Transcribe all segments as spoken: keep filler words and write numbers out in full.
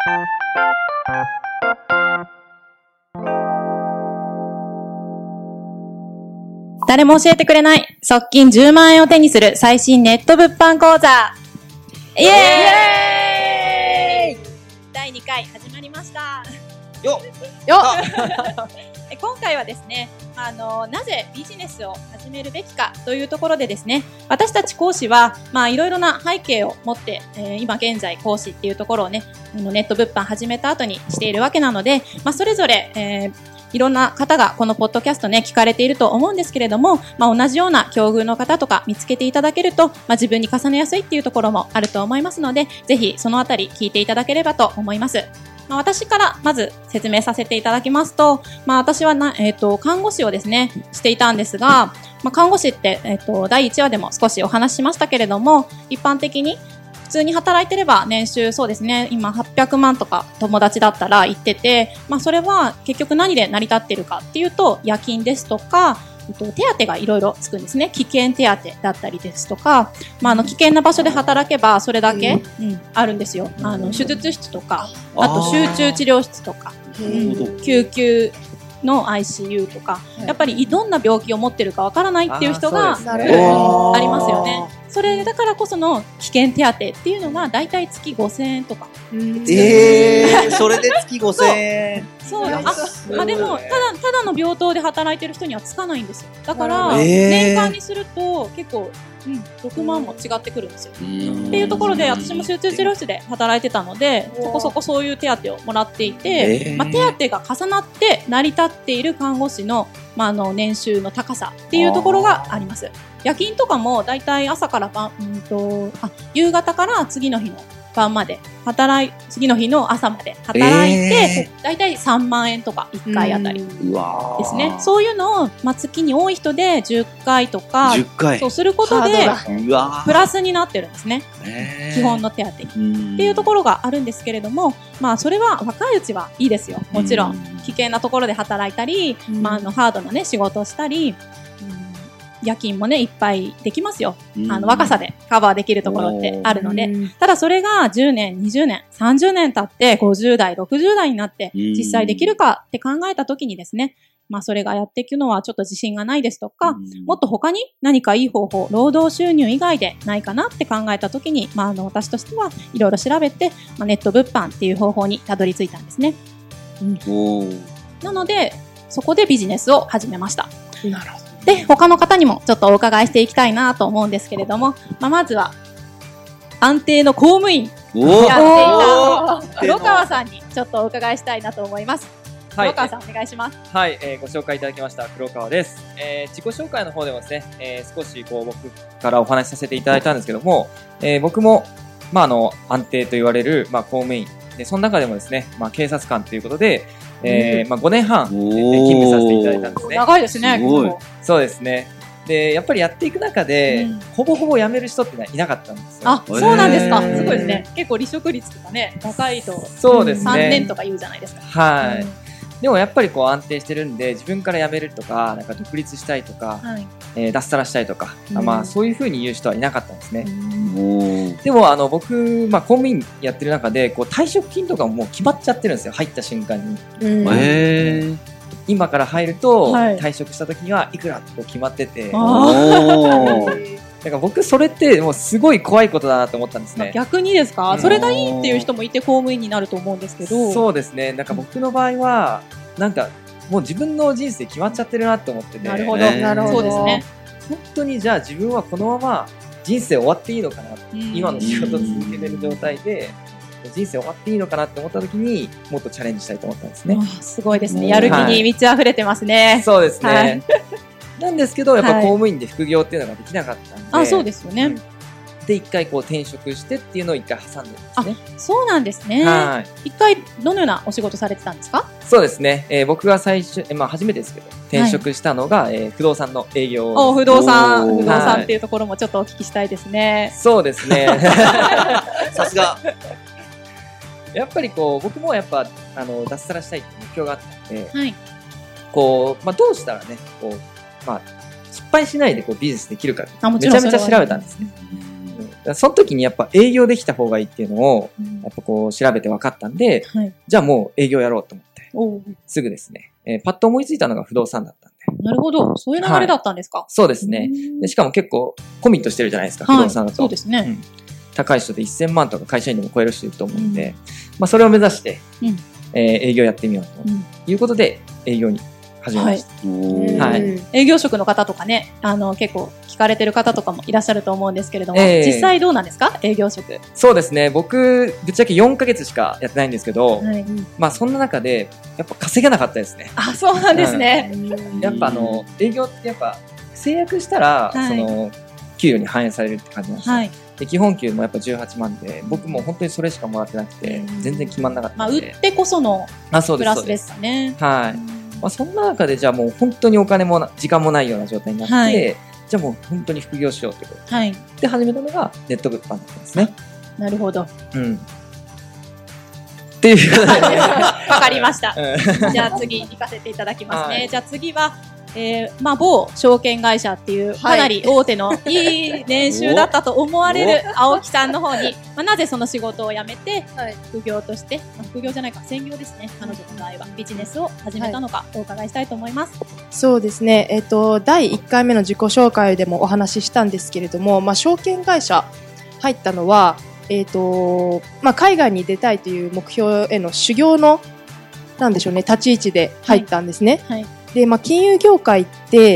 誰も教えてくれない側近じゅうまん円を手にする最新ネット物販講座。イエーイ、イエーイだいにかい始まりました。 よっよっ今回はですね、あのなぜビジネスを始めるべきかというところでですね、私たち講師は、まあ、いろいろな背景を持って、えー、今現在講師っていうところをね、あのネット物販始めた後にしているわけなので、まあ、それぞれ、えーいろんな方がこのポッドキャストね聞かれていると思うんですけれども、まあ、同じような境遇の方とか見つけていただけると、まあ、自分に重ねやすいっていうところもあると思いますので、ぜひそのあたり聞いていただければと思います。まあ、私からまず説明させていただきますと、まあ、私はな、えーと、看護師をですねしていたんですが、まあ、看護師って、えーと、だいいちわでも少しお話ししましたけれども、一般的に普通に働いてれば年収そうですね、今はっぴゃくまんとか友達だったら言ってて、まあそれは結局何で成り立ってるかっていうと、夜勤ですとか、手当がいろいろつくんですね。危険手当だったりですとか、まああの危険な場所で働けばそれだけ、うん、あるんですよ。あの手術室とか、あと集中治療室とか、救急の アイシーユー とか、やっぱりどんな病気を持ってるかわからないっていう人がありますよね。それだからこその危険手当っていうのがだいたい月ごせんえんとか。 えー、それで月ごせんえん。 そうよ。あ、まあでもただただの病棟で働いてる人にはつかないんですよ。だから年間にすると結構、うん、ろくまんも違ってくるんですよ。っていうところで私も集中治療室で働いてたので、そこそこそういう手当をもらっていて、まあ、手当が重なって成り立っている看護師の、まあ、あの年収の高さっていうところがあります。夜勤とかもだいたい朝から晩、うんと、あ、夕方から次の日の晩まで働い、次の日の朝まで働いて、だいたいさんまんえんとかいっかいあたりですね。そういうのを、まあ、月に多い人でじゅっかいとか、 じゅっかいそうすることでプラスになってるんですね。基本の手当にっていうところがあるんですけれども、まあそれは若いうちはいいですよ。もちろん危険なところで働いたり、まああのハードなね仕事をしたり。夜勤もねいっぱいできますよ。あの若さでカバーできるところってあるので、ただそれがじゅうねん、にじゅうねん、さんじゅうねん経ってごじゅうだい、ろくじゅうだいになって実際できるかって考えた時にですね、まあそれがやっていくのはちょっと自信がないですとか、もっと他に何かいい方法、労働収入以外でないかなって考えた時に、まああの私としてはいろいろ調べて、まあ、ネット物販っていう方法にたどり着いたんですね。うん、なのでそこでビジネスを始めました。 なるほど。 で、他の方にもちょっとお伺いしていきたいなと思うんですけれども、まあ、まずは安定の公務員やっていた黒川さんにちょっとお伺いしたいなと思います。はい、黒川さんお願いします。 はい、えー、ご紹介いただきました黒川です。えー、自己紹介の方でもですね、えー、少しこう僕からお話しさせていただいたんですけども、えー、僕もまああの安定と言われるまあ公務員で、その中でもですね、まあ警察官ということで。えーまあ、ごねんはん勤務させていただいたんですね。 長いですね。 すごい。そうですね。でやっぱりやっていく中で、うん、ほぼほぼ辞める人っていなかったんですよ。 あ、そうなんですか。すごいですね。結構離職率とかね、高いとそうですね、 さんねんとか言うじゃないですか。 はい。 うん、 でもやっぱりこう安定してるんで、自分から辞めるとか、なんか独立したいとか、はい、えー、脱サラしたいとか、うん、まあそういう風に言う人はいなかったんですね。うん、でもあの僕、まあ公務員やってる中で、こう退職金とかももう決まっちゃってるんですよ。入った瞬間に。うん、へー。今から入ると、はい、退職した時にはいくらってこう決まってて。だから僕それってもうすごい怖いことだなと思ったんですね。 逆にですか？それがいいっていう人もいて公務員になると思うんですけど。 そうですね。なんか僕の場合はなんかもう自分の人生決まっちゃってるなと思ってて。 なるほど、なるほど。そうですね。 本当にじゃあ自分はこのまま人生終わっていいのかな、今の仕事を続けてる状態で人生終わっていいのかなって思った時にもっとチャレンジしたいと思ったんですね。 すごいですね。やる気に満ち溢れてますね。 はい、そうですね。はい、なんですけどやっぱ公務員で副業っていうのができなかったんで、 はい、あ、そうですよね。うん、 で一回こう転職してっていうのを一回挟んでるんですね。 あ、そうなんですね。はい。一回どのようなお仕事されてたんですか？ そうですね。えー、僕が最初、えー、まあ初めてですけど転職したのが、はい、えー、不動産の営業。 お、不動産、不動産っていうところもちょっとお聞きしたいですね。 はい、そうですね。 さすが。 やっぱりこう僕もやっぱあの脱サラしたいって目標があったので、 はい、 こうまあどうしたらねこうまあ失敗しないでこうビジネスできるかってめちゃめちゃ調べたんですね。 その時にやっぱ営業できた方がいいっていうのを、やっぱこう調べて分かったんで、はい、じゃあもう営業やろうと思って、おすぐですね、えー、パッと思いついたのが不動産だったんで。 なるほど。そういう流れだったんですか？はい、 そうですね。で。しかも結構コミットしてるじゃないですか、不動産だと。 そうですね。うん、 高い人でいっせんまんとか会社員でも超える人いると思うんで、うん、まあそれを目指して、うん、えー、営業やってみようということで、営業に始めました。 はいはい、営業職の方とかね、あの結構聞かれてる方とかもいらっしゃると思うんですけれども、えー、実際どうなんですか、営業職？ そうですね、僕ぶっちゃけよんかげつしかやってないんですけど、はい、まあそんな中でやっぱ稼げなかったですね。 あ、そうなんですね。 うん、やっぱあの営業ってやっぱ制約したら、はい、その給与に反映されるって感じなんですよ。はい、で基本給もやっぱじゅうはちまんで、僕も本当にそれしかもらってなくて、全然決まんなかったんで。 まあ売ってこそのプラスですかね。 はい。まあ、そんな中でじゃあもう本当にお金も時間もないような状態になって、はい、じゃあもう本当に副業しようってことで、はい、で始めたのがネット物販だったんですね。 なるほど。 うん。っていうわかりました。じゃあ次行かせていただきますね。はい、じゃあ次は、えー、まあ某証券会社っていうかなり大手のいい年収だったと思われる青木さんの方に、まあ、なぜその仕事を辞めて副業として、まあ、副業じゃないか専業ですね、彼女の場合はビジネスを始めたのかお伺いしたいと思います。はい、 そうですね、えーと、だいいっかいめの自己紹介でもお話ししたんですけれども、まあ、証券会社入ったのは、えーとまあ、海外に出たいという目標への修行のなんでしょうね、立ち位置で入ったんですね。はいはい、でまあ、金融業界って、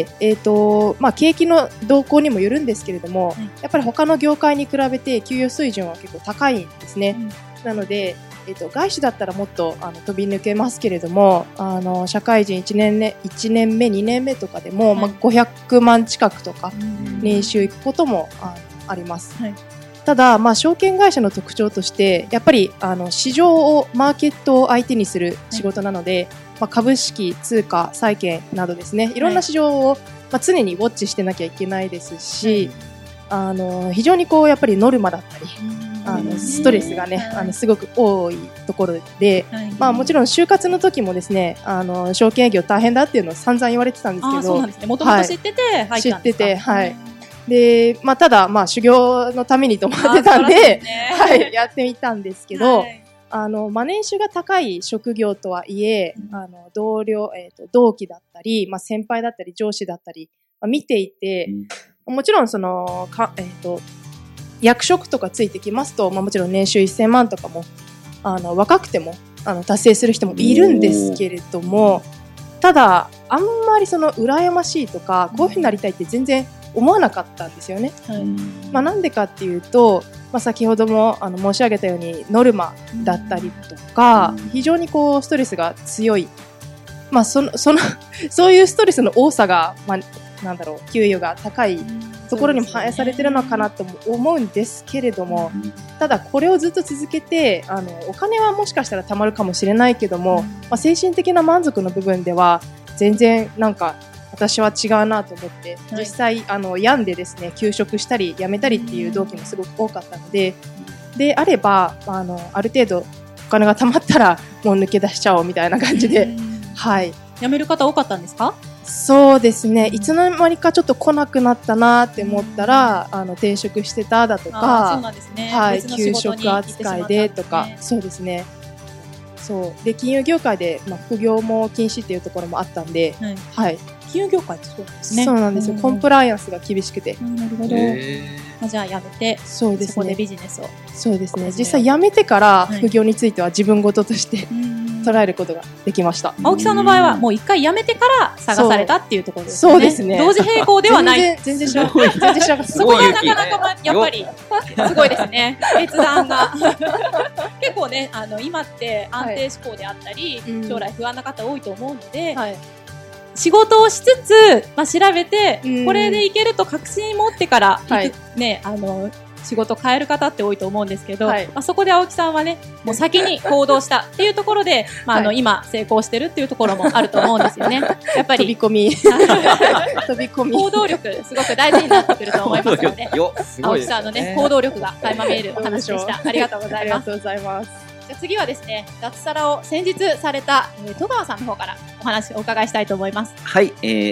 えーとまあ、景気の動向にもよるんですけれども、はい、やっぱり他の業界に比べて給与水準は結構高いんですね。うん、なので、えーと、外資だったらもっとあの飛び抜けますけれども、あの社会人いちねんめ、いちねんめにねんめとかでも、はい、まあ、ごひゃくまん近くとか年収いくことも あ, あります。はい、ただ、まあ、証券会社の特徴としてやっぱりあの市場をマーケットを相手にする仕事なので、はい、まあ、株式、通貨、債券などですね、いろんな市場を、はい、まあ、常にウォッチしてなきゃいけないですし、はい、あの非常にこうやっぱりノルマだったり、あのストレスがね、はい、あのすごく多いところで、はい、まあ、もちろん就活の時もですね、あの証券営業大変だっていうのを散々言われてたんですけど、 そうなんですね、もともと知ってて入ったんですか？知ってて、 はい。でまあ、ただ、まあ、修行のためにと思ってたんで、ね、はい、やってみたんですけど、はい、あのまあ、年収が高い職業とはいえ、うん、あの同僚、えーと、同期だったり、まあ、先輩だったり上司だったり、まあ、見ていて、うん、もちろんそのか、えーと、役職とかついてきますと、まあ、もちろん年収せんまんとかもあの若くてもあの達成する人もいるんですけれども、ただあんまりその羨ましいとかこういうふうになりたいって全然思わなかったんですよね。はい、まあ、なんでかっていうと、まあ、先ほどもあの申し上げたようにノルマだったりとか、非常にこうストレスが強い、まあ、そのそのそういうストレスの多さが、まあ、なんだろう、給与が高いところにも反映されてるのかなとも思うんですけれども、ただこれをずっと続けてあのお金はもしかしたら貯まるかもしれないけども、まあ、精神的な満足の部分では全然なんか私は違うなと思って、はい、実際あの病んでですね休職したり辞めたりっていう同期もすごく多かったので、であればあのある程度お金が貯まったらもう抜け出しちゃおうみたいな感じで、はい、 辞める方多かったんですか？ そうですね、いつの間にかちょっと来なくなったなって思ったら、あの転職してただとか、 そうなんですね、 はい、休職扱いでとか、そうですね、そうで金融業界で、まあ、副業も禁止っていうところもあったんで、はい、はい、 金融業界ってそうなんですね。 そうなんですよ、コンプライアンスが厳しくて、 なるほど、まあ、じゃあ辞めて、そうですね、そこでビジネスを、 そうですね、実際辞めてから副業については自分事として、はい、捉えることができました。 青木さんの場合はもう一回辞めてから探されたっていうところですね。 そうですね、 同時並行ではない。 全然知らなかった。全然知らなかった。 そこがなかなか、ま、やっぱりすごいですね。決断が結構ね、あの今って安定志向であったり、はい、将来不安な方多いと思うので、はい、仕事をしつつ、まあ、調べて、これでいけると確信持ってから行く、はい、ね、あの仕事を変える方って多いと思うんですけど、はい、まあ、そこで青木さんはね、もう先に行動したっていうところで、まあ、あの、はい、今成功してるっていうところもあると思うんですよね。やっぱり飛び込み飛び込み行動力すごく大事になってくると思いますので、青木さんのね、行動力が垣間見えるお話でした。ありがとうございます。 ありがとうございます。 じゃあ次はですね、脱サラを先日された、えー、戸川さんの方からお話をお伺いしたいと思います。 はい、えー、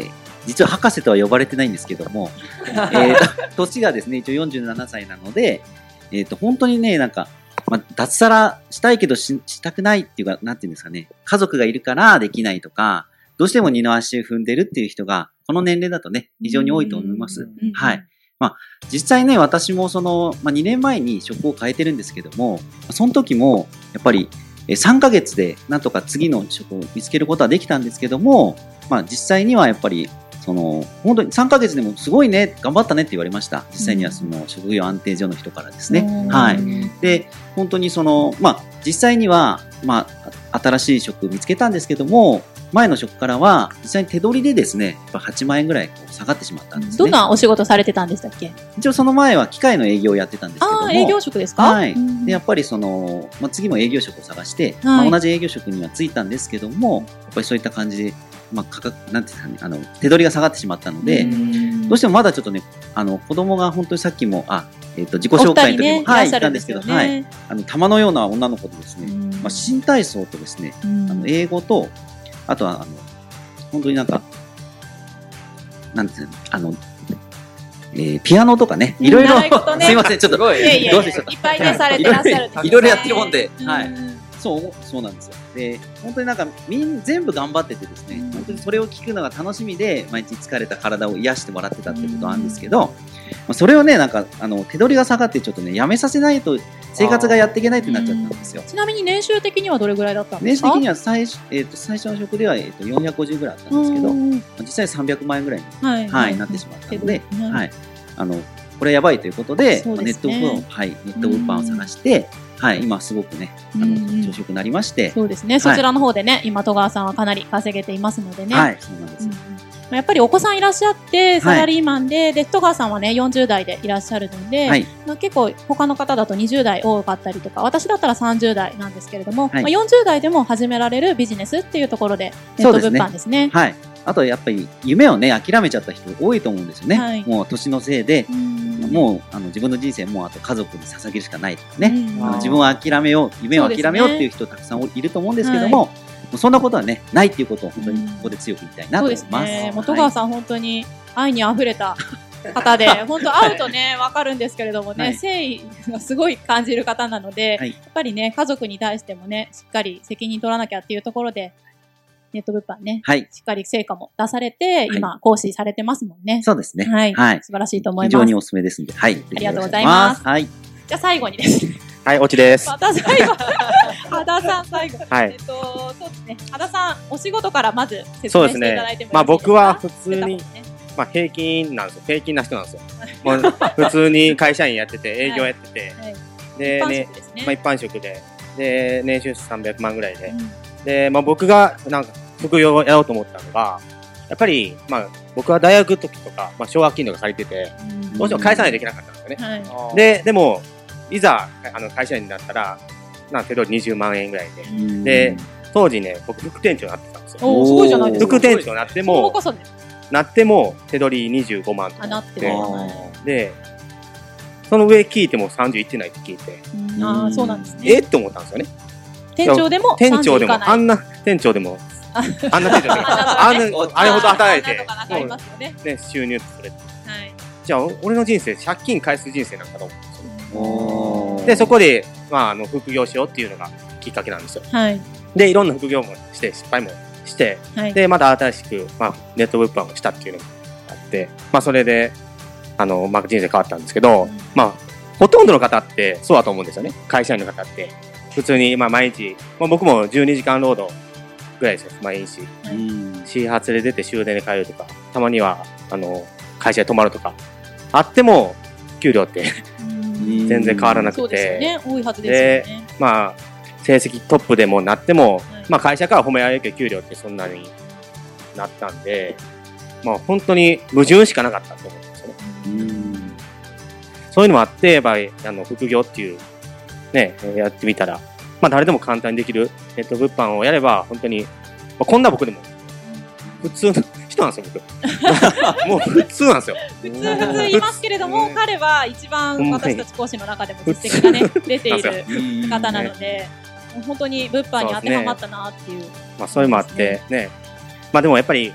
実は博士とは呼ばれてないんですけども、えーと、年がですね、一応よんじゅうななさいなので、えっと、本当にね、なんか、まあ、脱サラしたいけど し, したくないっていうか、なんていうんですかね、家族がいるからできないとか、どうしても二の足を踏んでるっていう人が、この年齢だとね、非常に多いと思います。はい。まあ、実際ね、私もその、まあ、にねんまえに職を変えてるんですけども、その時も、やっぱり、さんかげつでなんとか次の職を見つけることはできたんですけども、まあ、実際にはやっぱり、その、本当にさんかげつでもすごいね、頑張ったねって言われました。実際にはその、職業安定所の人からですね。はい。で、本当にその、まあ、実際には、まあ、新しい職を見つけたんですけども、前の職からは、実際に手取りでですね、やっぱはちまんえんぐらい下がってしまったんですね。 どんなお仕事されてたんでしたっけ？ 一応その前は機械の営業をやってたんですけども。 ああ、営業職ですか？ はい。で、やっぱりその、まあ、次も営業職を探して、はい、まあ、同じ営業職には就いたんですけども、やっぱりそういった感じで、まあ、価格、なんていうんですかね、あの、手取りが下がってしまったので、どうしてもまだちょっとね、あの、子供が本当にさっきも、あ、えっと、自己紹介の時も、ね、はい、言ったんですけど、はい。あの、玉のような女の子でですね、まあ、新体操とですね、あの、英語と、あとは、あの、本当になんか、なんていうの、あの、えー、ピアノとかね、いろいろ、ね、すいません、ちょっと、どうしちゃった。いっぱいね、されてらっしゃるんですね。 いろいろやってるもんで、はい。そう、そうなんですよ。で、本当になんか、みん、全部頑張っててですね、本当にそれを聞くのが楽しみで、毎日疲れた体を癒してもらってたってことなんですけど、まあ、それをね、なんか、あの、手取りが下がってちょっとね、やめさせないと、生活がやっていけないってなっちゃったんですよ。 ちなみに年収的にはどれぐらいだったんですか？ 年収的には最初、えー、と最初の職では、えー、とよんひゃくごじゅうぐらいあったんですけど、実際さんびゃくまんえんぐらいに、はいはい、なってしまったので、はいはい、あのこれやばいということで、で、ね、ネット物販、はい、ネット物販を探して、はい、今すごくね、あの調子よくなりまして、 そうですね、はい、そちらの方でね、今戸川さんはかなり稼げていますのでね。 はい、そうなんです。うん、 やっぱりお子さんいらっしゃってサラリーマンで、はい、で戸川さんはねよんじゅうだいでいらっしゃるので、はい、まあ、結構他の方だとにじゅうだい多かったりとか、私だったらさんじゅうだいなんですけれども、はい、まあ、よんじゅうだいでも始められるビジネスっていうところでネット物販ですね。 はい。あとやっぱり夢をね諦めちゃった人多いと思うんですよね。はい、もう年のせいで、もうあの自分の人生もうあと家族に捧げるしかないとかね、あの自分を諦めよう、夢を諦めようっていう人たくさんいると思うんですけども、はい、そんなことはねないっていうことを本当にここで強く言いたいなと思います。そうですね。 もう戸川さん、はい、本当に愛にあふれた方で、本当会うとねわかるんですけれどもね、はい、誠意がすごい感じる方なので、はい、やっぱりね家族に対してもねしっかり責任取らなきゃっていうところで。ネット物販ね、はい、しっかり成果も出されて、はい、今講師されてますもんね。 そうですね。 はい。はい、素晴らしいと思います。 非常にお勧めですんで、はい。 ありがとうございます。 はい。 じゃあ最後にですね。 はい、おちです。 また最後。羽田さん最後。はい。えっと、そうですね。羽田さん、お仕事からまず説明していただいてもいいですか？そうですね。 まあ僕は普通に、まあ平均なんですよ。平均な人なんですよ。もう普通に会社員やってて、営業やってて、はいはい、で、ね、まあ一般職で、で、年収さんびゃくまんぐらいで、うん、で、まあ僕がなんか、副業をやろうと思ったのが、やっぱり、まあ、僕は大学の時とか、まあ、奨学金とか借りてて、どうしても返さないといけなかったんですよね。はい、で、でも、いざ、あの、会社員になったら、なん手取りにじゅうまんえんぐらいで。で、当時ね、僕、副店長になってたんですよ。 おー、すごいじゃないですか。 副店長になっても、なっても、手取りにじゅうごまんとかなって。で、その上聞いてもさんじゅういってないって聞いて。 ああ、そうなんですね。 えって思ったんですよね。 店長でも店長でも、あんな店長でも、あんな店長でも、あんな、あれほど働いて、ね、収入それ。じゃあ、俺の人生、借金返す人生なんかと思うんですよ。で、そこで、まあ、あの、副業しようっていうのがきっかけなんですよ。はい。で、いろんな副業もして、失敗もして、はい、で、また新しく、まあ、ネット物販をしたっていうのもあって、まあ、それで、あの、まあ、人生変わったんですけど、うん、まあ、ほとんどの方ってそうだと思うんですよね。会社員の方って。普通に、まあ、毎日、まあ、僕もじゅうにじかん労働ぐらいですよ、毎日。始発で出て終電で帰るとか、たまには、あの、会社で泊まるとか、あっても、給料って全然変わらなくて。そうですよね。多いはずですよね。で、まあ、成績トップでもなっても、はい、まあ会社から褒められるけど給料ってそんなになったんで、まあ本当に矛盾しかなかったと思うんですよね。うんそういうのもあって、やっぱり、あの、副業っていう、ね、やってみたら、まあ誰でも簡単にできるネット物販をやれば、本当に、まあ、こんな僕でも、普通の人なんですよ、僕。もう普通なんですよ。 普通普通言いますけれども、彼は一番私たち講師の中でも実績がね、出ている方なので、本当に物販に当てはまったなっていう、ね。 まあそういうのもあって、ね。まあでもやっぱり、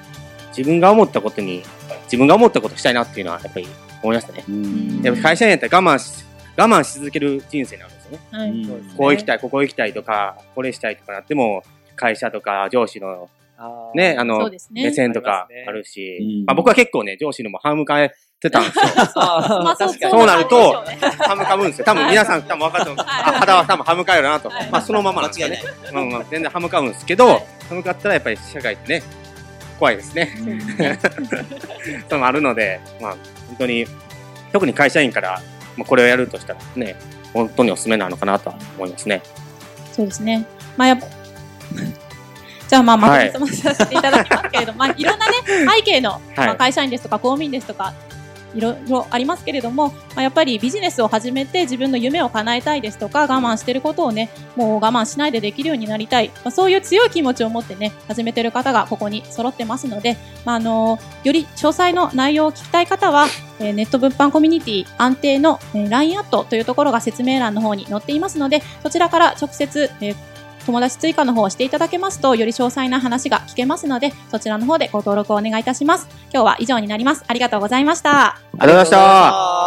自分が思ったことに、自分が思ったことしたいなっていうのはやっぱり思いましたね。やっぱ会社員やったら我慢し、我慢し続ける人生なんですよね。はい、こう行きたい、ここ行きたいとか、これしたいとかなっても、会社とか上司の、ね、あの、ね、目線とかあるし、あまあ、僕は結構ね、上司のも歯向かえてたんですよ。 まあ、確かにそうなると、歯向かむんですよ。多分皆さん多分分かってます。あ、肌は多分歯向かえるなと。まあ、そのままなんですよね。まあまあ、全然歯向かうんですけど、歯向かったらやっぱり社会ってね、怖いですね。そういうのあるので、まあ、本当に、特に会社員から、まあ、これをやるとしたらね、本当におすすめなのかなと思いますね。 そうですね。まあ、やっぱ、じゃあ、まあ、まとめさせていただきますけれども、はい、まあ、いろんなね、背景の、まあ、会社員ですとか、公務員ですとか、いろいろありますけれども、まあ、やっぱりビジネスを始めて自分の夢を叶えたいですとか、我慢していることをね、もう我慢しないでできるようになりたい。まあ、そういう強い気持ちを持ってね、始めている方がここに揃ってますので、まあ、あの、より詳細の内容を聞きたい方は、えー、ネット物販コミュニティ安定の、えー、ライン アットというところが説明欄の方に載っていますので、そちらから直接、えー友達追加の方をしていただけますと、より詳細な話が聞けますので、そちらの方でご登録をお願いいたします。今日は以上になります。ありがとうございました。 ありがとうございました。